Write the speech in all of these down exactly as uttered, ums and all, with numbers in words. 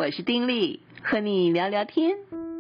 我是丁莉，和你聊聊天。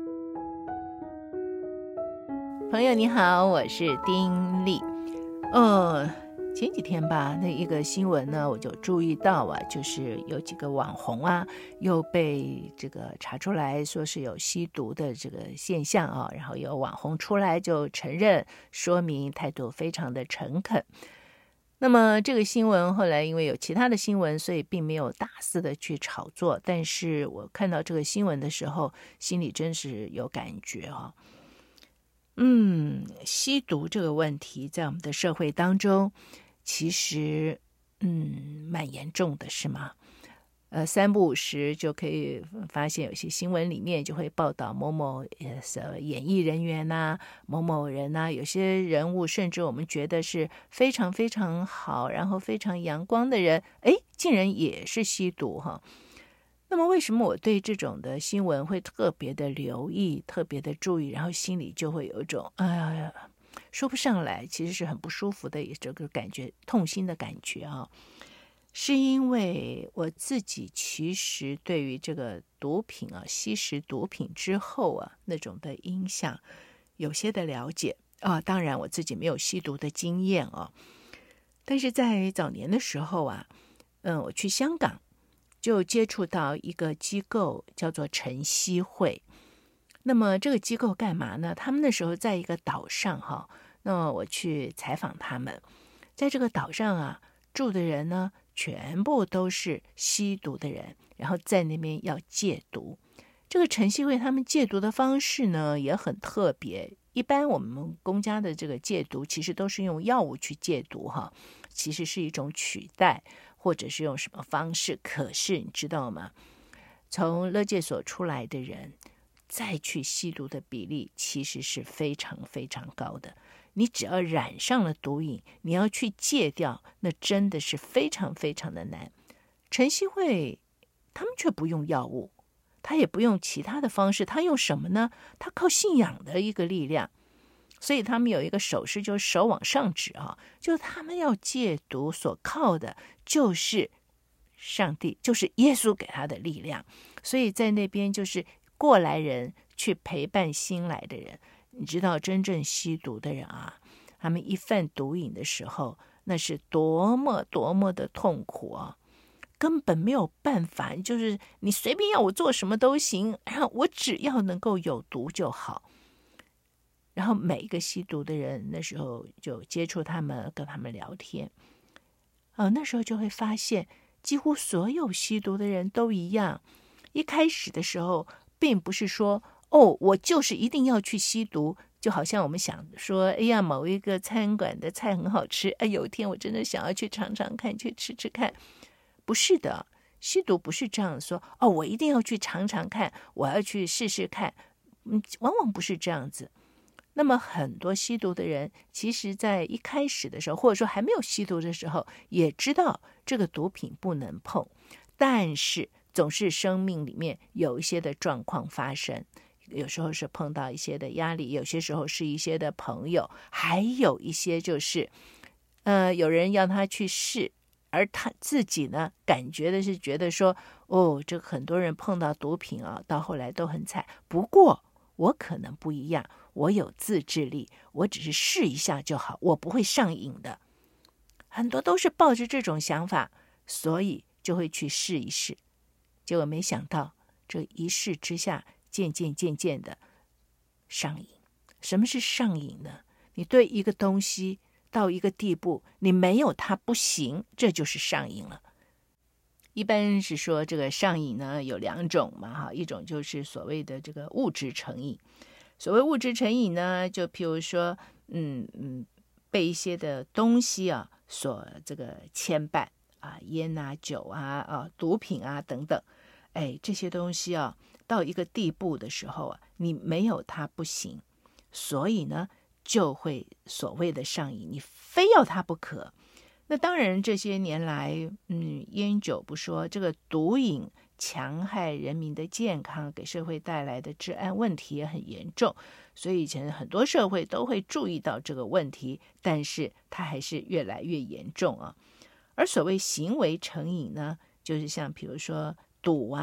朋友你好，我是丁莉。呃，前几天吧，那一个新闻呢，我就注意到啊，就是有几个网红啊，又被这个查出来说是有吸毒的这个现象啊，然后有网红出来就承认，说明态度非常的诚恳。那么这个新闻后来因为有其他的新闻，所以并没有大肆的去炒作。但是我看到这个新闻的时候，心里真是有感觉啊。嗯，吸毒这个问题在我们的社会当中，其实嗯蛮严重的，是吗？呃，三不五时就可以发现有些新闻里面就会报道某某呃演艺人员呐、啊，某某人呐、啊，有些人物甚至我们觉得是非常非常好，然后非常阳光的人，哎，竟然也是吸毒哈。那么为什么我对这种的新闻会特别的留意，特别的注意，然后心里就会有一种哎呀说不上来，其实是很不舒服的这个感觉，痛心的感觉啊。是因为我自己其实对于这个毒品啊，吸食毒品之后啊，那种的影响有些的了解啊。当然我自己没有吸毒的经验啊，但是在早年的时候啊，嗯，我去香港就接触到一个机构叫做晨曦会。那么这个机构干嘛呢？他们那时候在一个岛上哈，那么我去采访他们，在这个岛上啊，住的人呢，全部都是吸毒的人，然后在那边要戒毒。这个晨曦会他们戒毒的方式呢也很特别，一般我们公家的这个戒毒其实都是用药物去戒毒哈，其实是一种取代或者是用什么方式。可是你知道吗？从勒戒所出来的人再去吸毒的比例其实是非常非常高的。你只要染上了毒瘾，你要去戒掉，那真的是非常非常的难。晨曦会他们却不用药物，他也不用其他的方式，他用什么呢？他靠信仰的一个力量。所以他们有一个手势，就是手往上指啊，就他们要戒毒所靠的就是上帝，就是耶稣给他的力量。所以在那边就是过来人去陪伴新来的人。你知道真正吸毒的人啊，他们一犯毒瘾的时候，那是多么多么的痛苦啊，根本没有办法，就是你随便要我做什么都行，然后我只要能够有毒就好。然后每一个吸毒的人那时候就接触他们，跟他们聊天啊，那时候就会发现几乎所有吸毒的人都一样。一开始的时候并不是说哦，我就是一定要去吸毒，就好像我们想说，哎呀，某一个餐馆的菜很好吃，哎，有一天我真的想要去尝尝看，去吃吃看。不是的，吸毒不是这样说，哦，我一定要去尝尝看，我要去试试看，嗯，往往不是这样子。那么很多吸毒的人，其实在一开始的时候，或者说还没有吸毒的时候，也知道这个毒品不能碰，但是总是生命里面有一些的状况发生。有时候是碰到一些的压力，有些时候是一些的朋友，还有一些就是呃，有人要他去试，而他自己呢感觉的是觉得说，哦，这很多人碰到毒品啊，到后来都很惨，不过我可能不一样，我有自制力，我只是试一下就好，我不会上瘾的。很多都是抱着这种想法，所以就会去试一试，结果没想到这一试之下，渐渐渐渐的上瘾。什么是上瘾呢？你对一个东西到一个地步，你没有它不行，这就是上瘾了。一般是说这个上瘾呢有两种嘛哈，一种就是所谓的这个物质成瘾。所谓物质成瘾呢，就譬如说嗯嗯被一些的东西啊所这个牵绊啊，烟啊酒啊啊毒品啊等等。哎，这些东西啊到一个地步的时候啊，你没有它不行，所以呢就会所谓的上瘾，你非要它不可。那当然这些年来嗯，烟酒不说，这个毒瘾强害人民的健康，给社会带来的治安问题也很严重，所以以前很多社会都会注意到这个问题，但是它还是越来越严重啊。而所谓行为成瘾呢，就是像比如说赌啊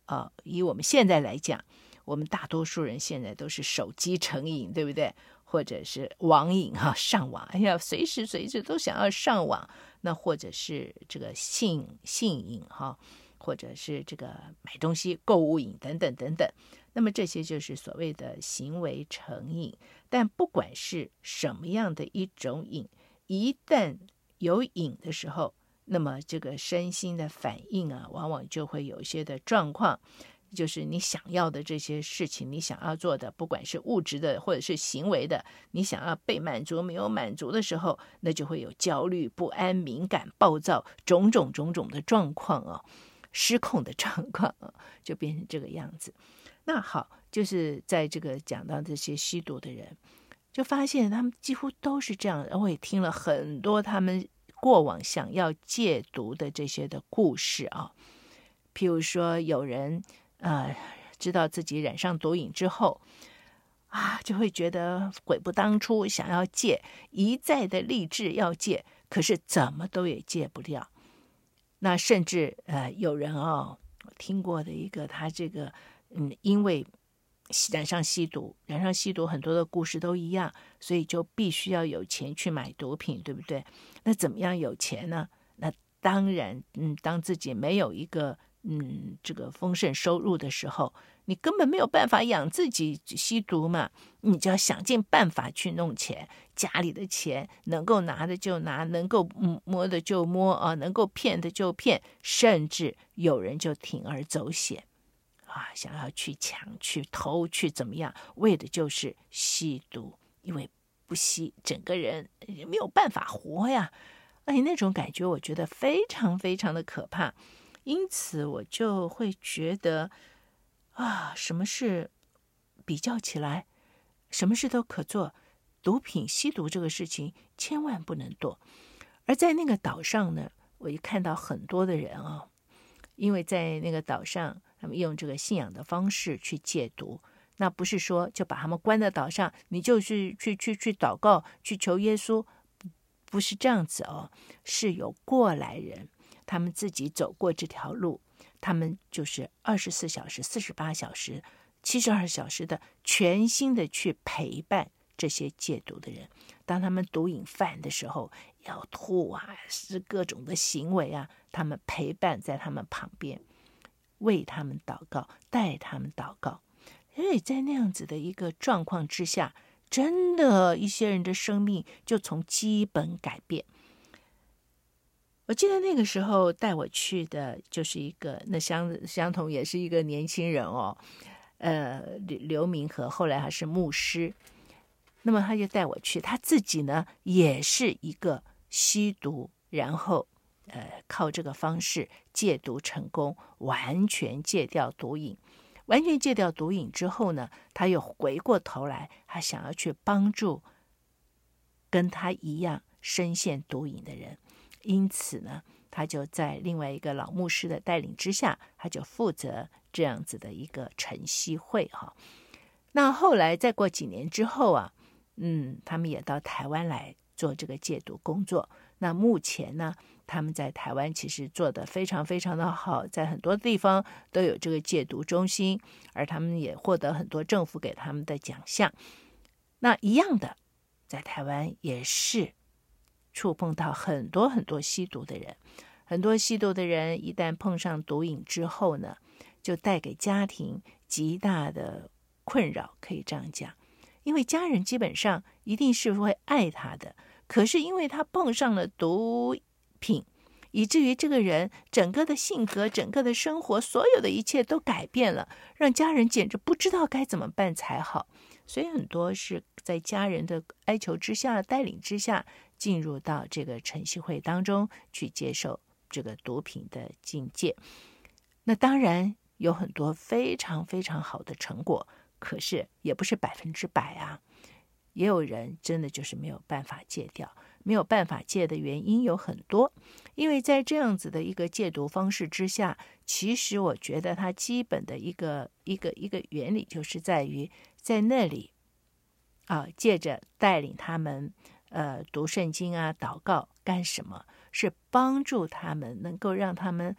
呃，以我们现在来讲，我们大多数人现在都是手机成瘾，对不对？或者是网瘾哈、啊，上网，哎呀，随时随地都想要上网。那或者是这个性性瘾哈、啊，或者是这个买东西购物瘾等等等等。那么这些就是所谓的行为成瘾。但不管是什么样的一种瘾，一旦有瘾的时候，那么这个身心的反应啊，往往就会有一些的状况。就是你想要的这些事情，你想要做的，不管是物质的或者是行为的，你想要被满足没有满足的时候，那就会有焦虑、不安、敏感、暴躁，种种种种的状况啊，失控的状况啊，就变成这个样子。那好，就是在这个讲到这些吸毒的人，就发现他们几乎都是这样。我也听了很多他们过往想要戒毒的这些的故事啊，譬如说有人呃，知道自己染上毒瘾之后啊，就会觉得悔不当初，想要戒，一再的立志要戒，可是怎么都也戒不了。那甚至呃，有人哦，我听过的一个，他这个嗯，因为染上吸毒，染上吸毒很多的故事都一样，所以就必须要有钱去买毒品，对不对？那怎么样有钱呢？那当然，嗯，当自己没有一个嗯，这个丰盛收入的时候，你根本没有办法养自己吸毒嘛，你就要想尽办法去弄钱，家里的钱能够拿的就拿，能够摸的就摸啊，能够骗的就骗，甚至有人就铤而走险啊，想要去抢、去偷、去怎么样，为的就是吸毒，因为不吸，整个人没有办法活呀。哎，那种感觉我觉得非常非常的可怕。因此我就会觉得啊，什么事比较起来，什么事都可做，毒品吸毒这个事情千万不能做。而在那个岛上呢，我一看到很多的人啊，因为在那个岛上他们用这个信仰的方式去戒毒，那不是说就把他们关在岛上，你就去去去去祷告，去求耶稣，不是这样子哦，是有过来人，他们自己走过这条路，他们就是二十四小时、四十八小时、七十二小时的全心的去陪伴这些戒毒的人。当他们毒瘾犯的时候，要吐啊，是各种的行为啊，他们陪伴在他们旁边，为他们祷告，带他们祷告。所以在那样子的一个状况之下，真的一些人的生命就从基本改变。我记得那个时候带我去的就是一个，那相相同也是一个年轻人哦，呃，刘刘明和，后来他是牧师。那么他就带我去，他自己呢也是一个吸毒，然后呃靠这个方式戒毒成功，完全戒掉毒瘾。完全戒掉毒瘾之后呢，他又回过头来，他想要去帮助跟他一样深陷毒瘾的人。因此呢，他就在另外一个老牧师的带领之下，他就负责这样子的一个晨曦会哈。那后来再过几年之后啊，嗯，他们也到台湾来做这个戒毒工作。那目前呢，他们在台湾其实做得非常非常的好，在很多地方都有这个戒毒中心，而他们也获得很多政府给他们的奖项。那一样的，在台湾也是触碰到很多很多吸毒的人，很多吸毒的人一旦碰上毒瘾之后呢，就带给家庭极大的困扰，可以这样讲。因为家人基本上一定是会爱他的，可是因为他碰上了毒品，以至于这个人整个的性格、整个的生活，所有的一切都改变了，让家人简直不知道该怎么办才好。所以很多是在家人的哀求之下、带领之下，进入到这个晨曦会当中去接受这个毒品的禁戒。那当然有很多非常非常好的成果，可是也不是百分之百啊。也有人真的就是没有办法戒掉，没有办法戒的原因有很多。因为在这样子的一个戒毒方式之下，其实我觉得它基本的一个一个一个原理就是在于在那里啊，借着带领他们呃读圣经啊、祷告干什么？是帮助他们能够让他们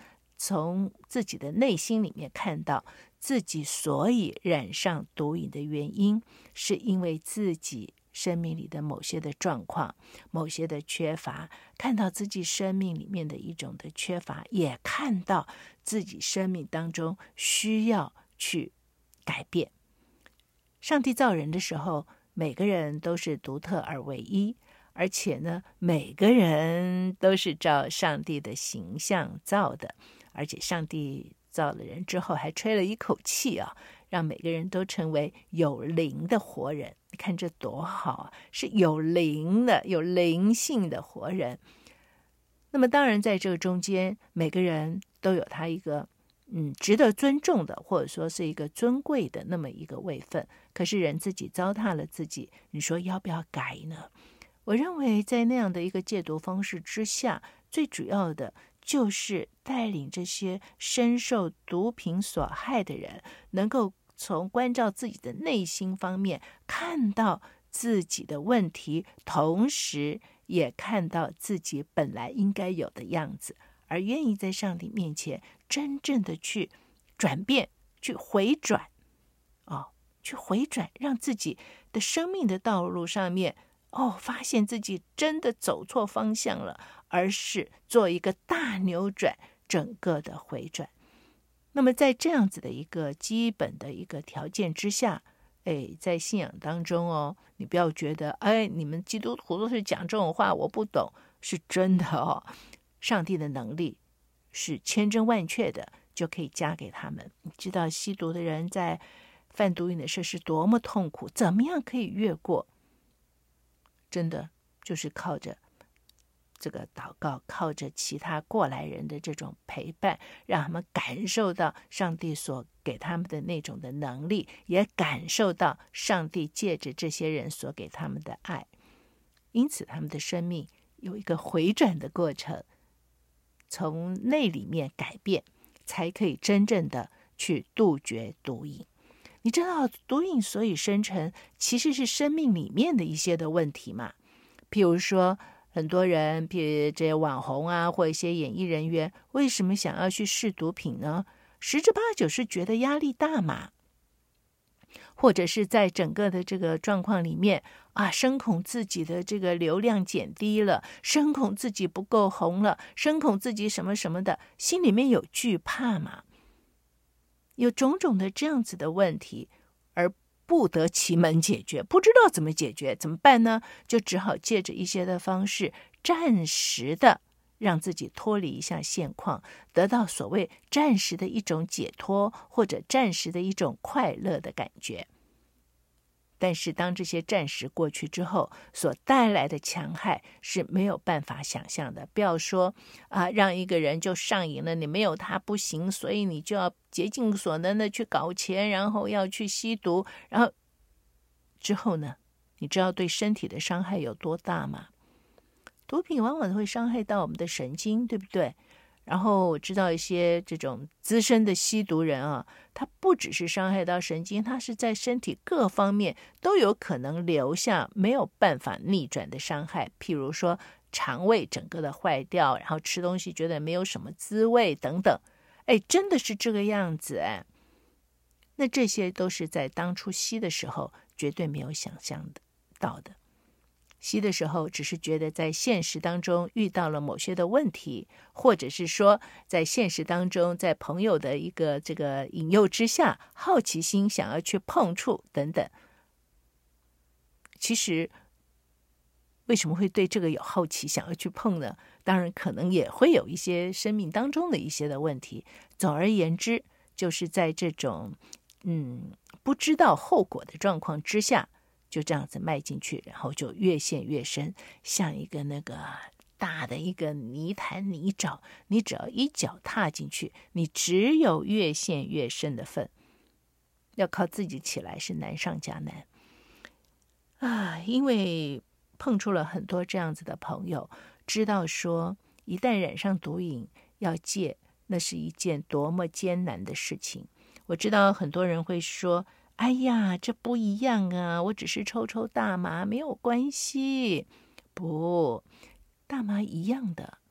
从自己的内心里面看到自己所以染上毒瘾的原因，是因为自己生命里的某些的状况，某些的缺乏，看到自己生命里面的一种的缺乏，也看到自己生命当中需要去改变。上帝造人的时候，每个人都是独特而唯一，而且呢，每个人都是照上帝的形象造的，而且上帝造了人之后还吹了一口气啊，让每个人都成为有灵的活人。你看这多好啊，是有灵的、有灵性的活人。那么当然在这个中间，每个人都有他一个嗯值得尊重的，或者说是一个尊贵的那么一个位分。可是人自己糟蹋了自己，你说要不要改呢？我认为在那样的一个戒毒方式之下，最主要的就是带领这些深受毒品所害的人，能够从关照自己的内心方面看到自己的问题，同时也看到自己本来应该有的样子，而愿意在上帝面前真正的去转变，去回转哦，去回转，让自己的生命的道路上面哦，发现自己真的走错方向了，而是做一个大扭转，整个的回转。那么在这样子的一个基本的一个条件之下，哎，在信仰当中哦，你不要觉得哎，你们基督徒都是讲这种话，我不懂，是真的哦。上帝的能力是千真万确的，就可以加给他们。你知道吸毒的人在贩毒瘾的时候是多么痛苦，怎么样可以越过？真的就是靠着这个祷告，靠着其他过来人的这种陪伴，让他们感受到上帝所给他们的那种的能力，也感受到上帝借着这些人所给他们的爱，因此他们的生命有一个回转的过程，从内里面改变，才可以真正的去杜绝毒瘾。你知道毒瘾所以生成，其实是生命里面的一些的问题嘛？譬如说很多人，譬如这些网红啊，或一些演艺人员，为什么想要去试毒品呢？十之八九是觉得压力大嘛，或者是在整个的这个状况里面啊，深恐自己的这个流量减低了，深恐自己不够红了，深恐自己什么什么的，心里面有惧怕嘛，有种种的这样子的问题，而不得其门解决，不知道怎么解决，怎么办呢？就只好借着一些的方式，暂时的让自己脱离一下现况，得到所谓暂时的一种解脱，或者暂时的一种快乐的感觉。但是当这些暂时过去之后，所带来的强害是没有办法想象的。不要说啊，让一个人就上瘾了，你没有他不行，所以你就要竭尽所能的去搞钱，然后要去吸毒，然后之后呢，你知道对身体的伤害有多大吗？毒品往往会伤害到我们的神经，对不对？然后我知道一些这种资深的吸毒人啊，他不只是伤害到神经，他是在身体各方面都有可能留下没有办法逆转的伤害，譬如说肠胃整个的坏掉，然后吃东西觉得没有什么滋味等等。哎，真的是这个样子哎。那这些都是在当初吸的时候绝对没有想象到的。吸的时候只是觉得在现实当中遇到了某些的问题，或者是说在现实当中，在朋友的一个这个引诱之下，好奇心想要去碰触等等。其实为什么会对这个有好奇想要去碰呢？当然可能也会有一些生命当中的一些的问题。总而言之，就是在这种嗯不知道后果的状况之下，就这样子迈进去，然后就越陷越深，像一个那个大的一个泥潭泥沼，你只要一脚踏进去，你只有越陷越深的份，要靠自己起来是难上加难啊！因为碰触了很多这样子的朋友，知道说一旦染上毒瘾要戒，那是一件多么艰难的事情。我知道很多人会说，哎呀，这不一样啊！我只是抽抽大麻，没有关系。不，大麻一样的，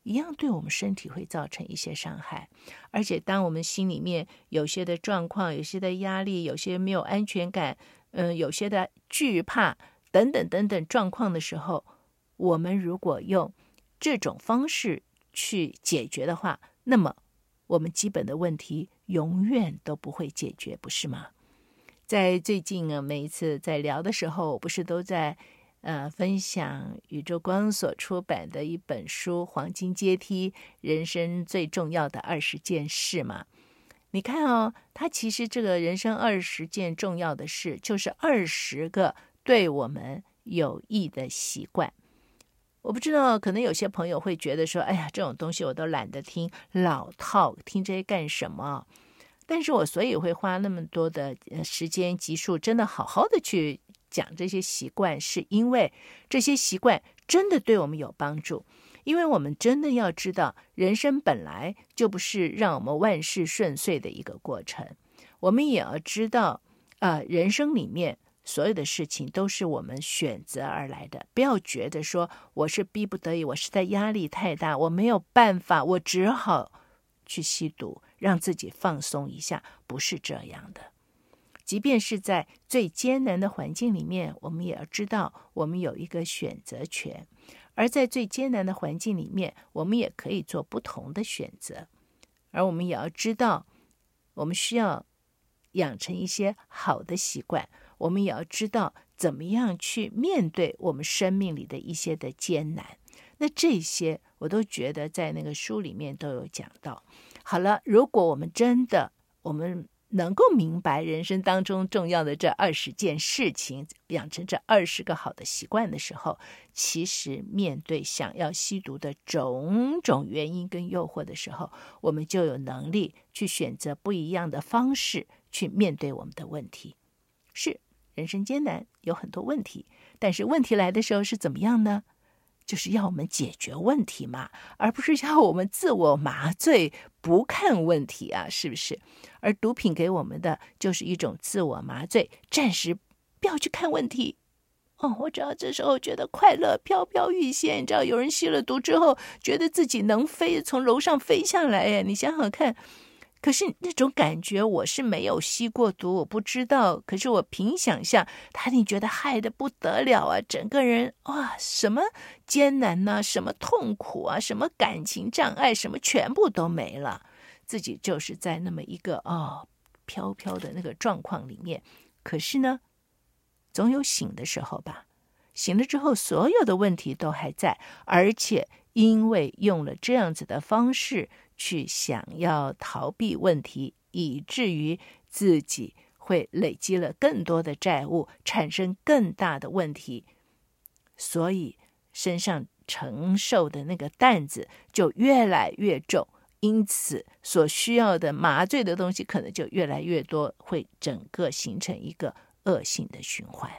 一样对我们身体会造成一些伤害。而且当我们心里面有些的状况，有些的压力，有些没有安全感，嗯，有些的惧怕等等等等状况的时候，我们如果用这种方式去解决的话，那么我们基本的问题永远都不会解决，不是吗？在最近啊，每一次在聊的时候，我不是都在呃分享宇宙光所出版的一本书《黄金阶梯：人生最重要的二十件事》嘛？你看哦，它其实这个人生二十件重要的事，就是二十个对我们有益的习惯。我不知道，可能有些朋友会觉得说，哎呀，这种东西我都懒得听，老套，听这些干什么？但是我所以会花那么多的时间集数，真的好好的去讲这些习惯，是因为这些习惯真的对我们有帮助。因为我们真的要知道，人生本来就不是让我们万事顺遂的一个过程。我们也要知道，呃，人生里面所有的事情都是我们选择而来的。不要觉得说我是逼不得已，我实在压力太大，我没有办法，我只好去吸毒，让自己放松一下，不是这样的。即便是在最艰难的环境里面，我们也要知道我们有一个选择权，而在最艰难的环境里面，我们也可以做不同的选择。而我们也要知道，我们需要养成一些好的习惯，我们也要知道怎么样去面对我们生命里的一些的艰难。那这些我都觉得在那个书里面都有讲到。好了，如果我们真的我们能够明白人生当中重要的这二十件事情，养成这二十个好的习惯的时候，其实面对想要吸毒的种种原因跟诱惑的时候，我们就有能力去选择不一样的方式去面对我们的问题。是，人生艰难，有很多问题，但是问题来的时候是怎么样呢？就是要我们解决问题嘛，而不是要我们自我麻醉不看问题啊，是不是？而毒品给我们的就是一种自我麻醉，暂时不要去看问题。哦，我只要这时候觉得快乐飘飘欲仙，你知道有人吸了毒之后觉得自己能飞，从楼上飞下来耶，你想想看。可是那种感觉我是没有吸过毒，我不知道，可是我凭想象他你觉得害得不得了啊，整个人哇，什么艰难啊，什么痛苦啊，什么感情障碍，什么全部都没了，自己就是在那么一个哦飘飘的那个状况里面。可是呢，总有醒的时候吧，醒了之后所有的问题都还在，而且因为用了这样子的方式去想要逃避问题，以至于自己会累积了更多的债务，产生更大的问题，所以身上承受的那个担子就越来越重，因此所需要的麻醉的东西可能就越来越多，会整个形成一个恶性的循环。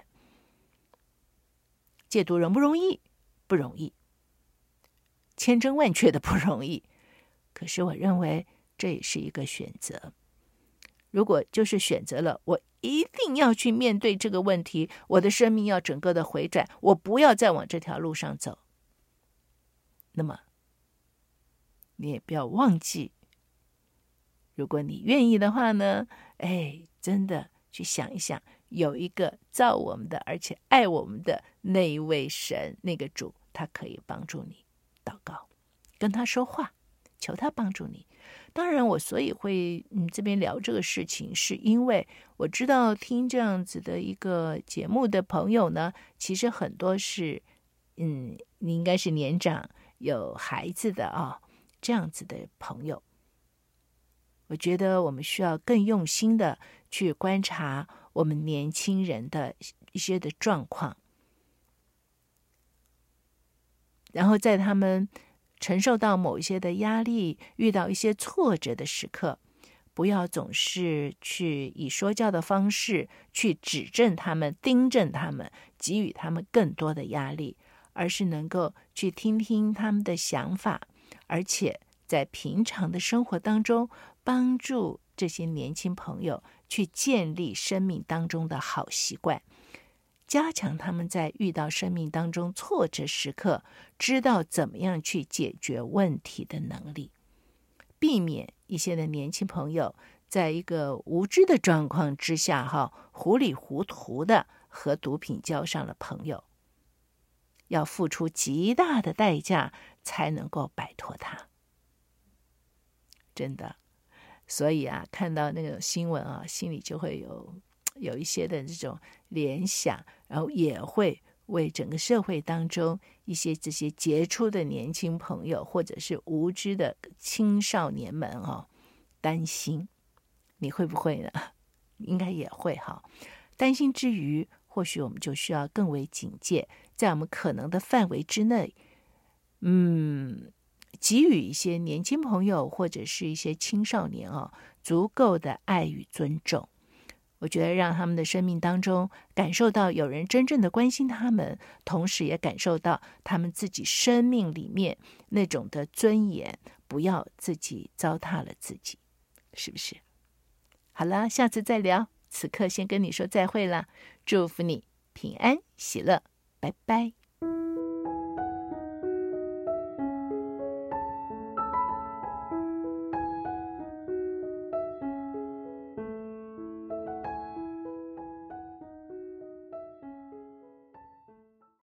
戒毒容不容易？不容易，千真万确的不容易。可是我认为这也是一个选择。如果就是选择了我一定要去面对这个问题，我的生命要整个的回转，我不要再往这条路上走，那么你也不要忘记，如果你愿意的话呢，哎，真的去想一想，有一个造我们的而且爱我们的那一位神，那个主，他可以帮助你祷告，跟他说话，求他帮助你。当然我所以会嗯这边聊这个事情，是因为我知道听这样子的一个节目的朋友呢，其实很多是嗯你应该是年长有孩子的啊、哦、这样子的朋友。我觉得我们需要更用心的去观察我们年轻人的一些的状况，然后在他们承受到某一些的压力，遇到一些挫折的时刻，不要总是去以说教的方式去指正他们，订正他们，给予他们更多的压力，而是能够去听听他们的想法，而且在平常的生活当中帮助这些年轻朋友去建立生命当中的好习惯。 加强他们在遇到生命当中挫折时刻，知道怎么样去解决问题的能力，避免一些的年轻朋友在一个无知的状况之下，哈，糊里糊涂的和毒品交上了朋友，要付出极大的代价才能够摆脱它。真的，所以啊，看到那个新闻啊，心里就会有有一些的这种联想，然后也会为整个社会当中一些这些杰出的年轻朋友，或者是无知的青少年们哦，担心。你会不会呢？应该也会哈。担心之余，或许我们就需要更为警戒，在我们可能的范围之内，嗯，给予一些年轻朋友或者是一些青少年哦，足够的爱与尊重。我觉得让他们的生命当中感受到有人真正的关心他们，同时也感受到他们自己生命里面那种的尊严，不要自己糟蹋了自己，是不是？好了，下次再聊。此刻先跟你说再会了，祝福你平安喜乐，拜拜。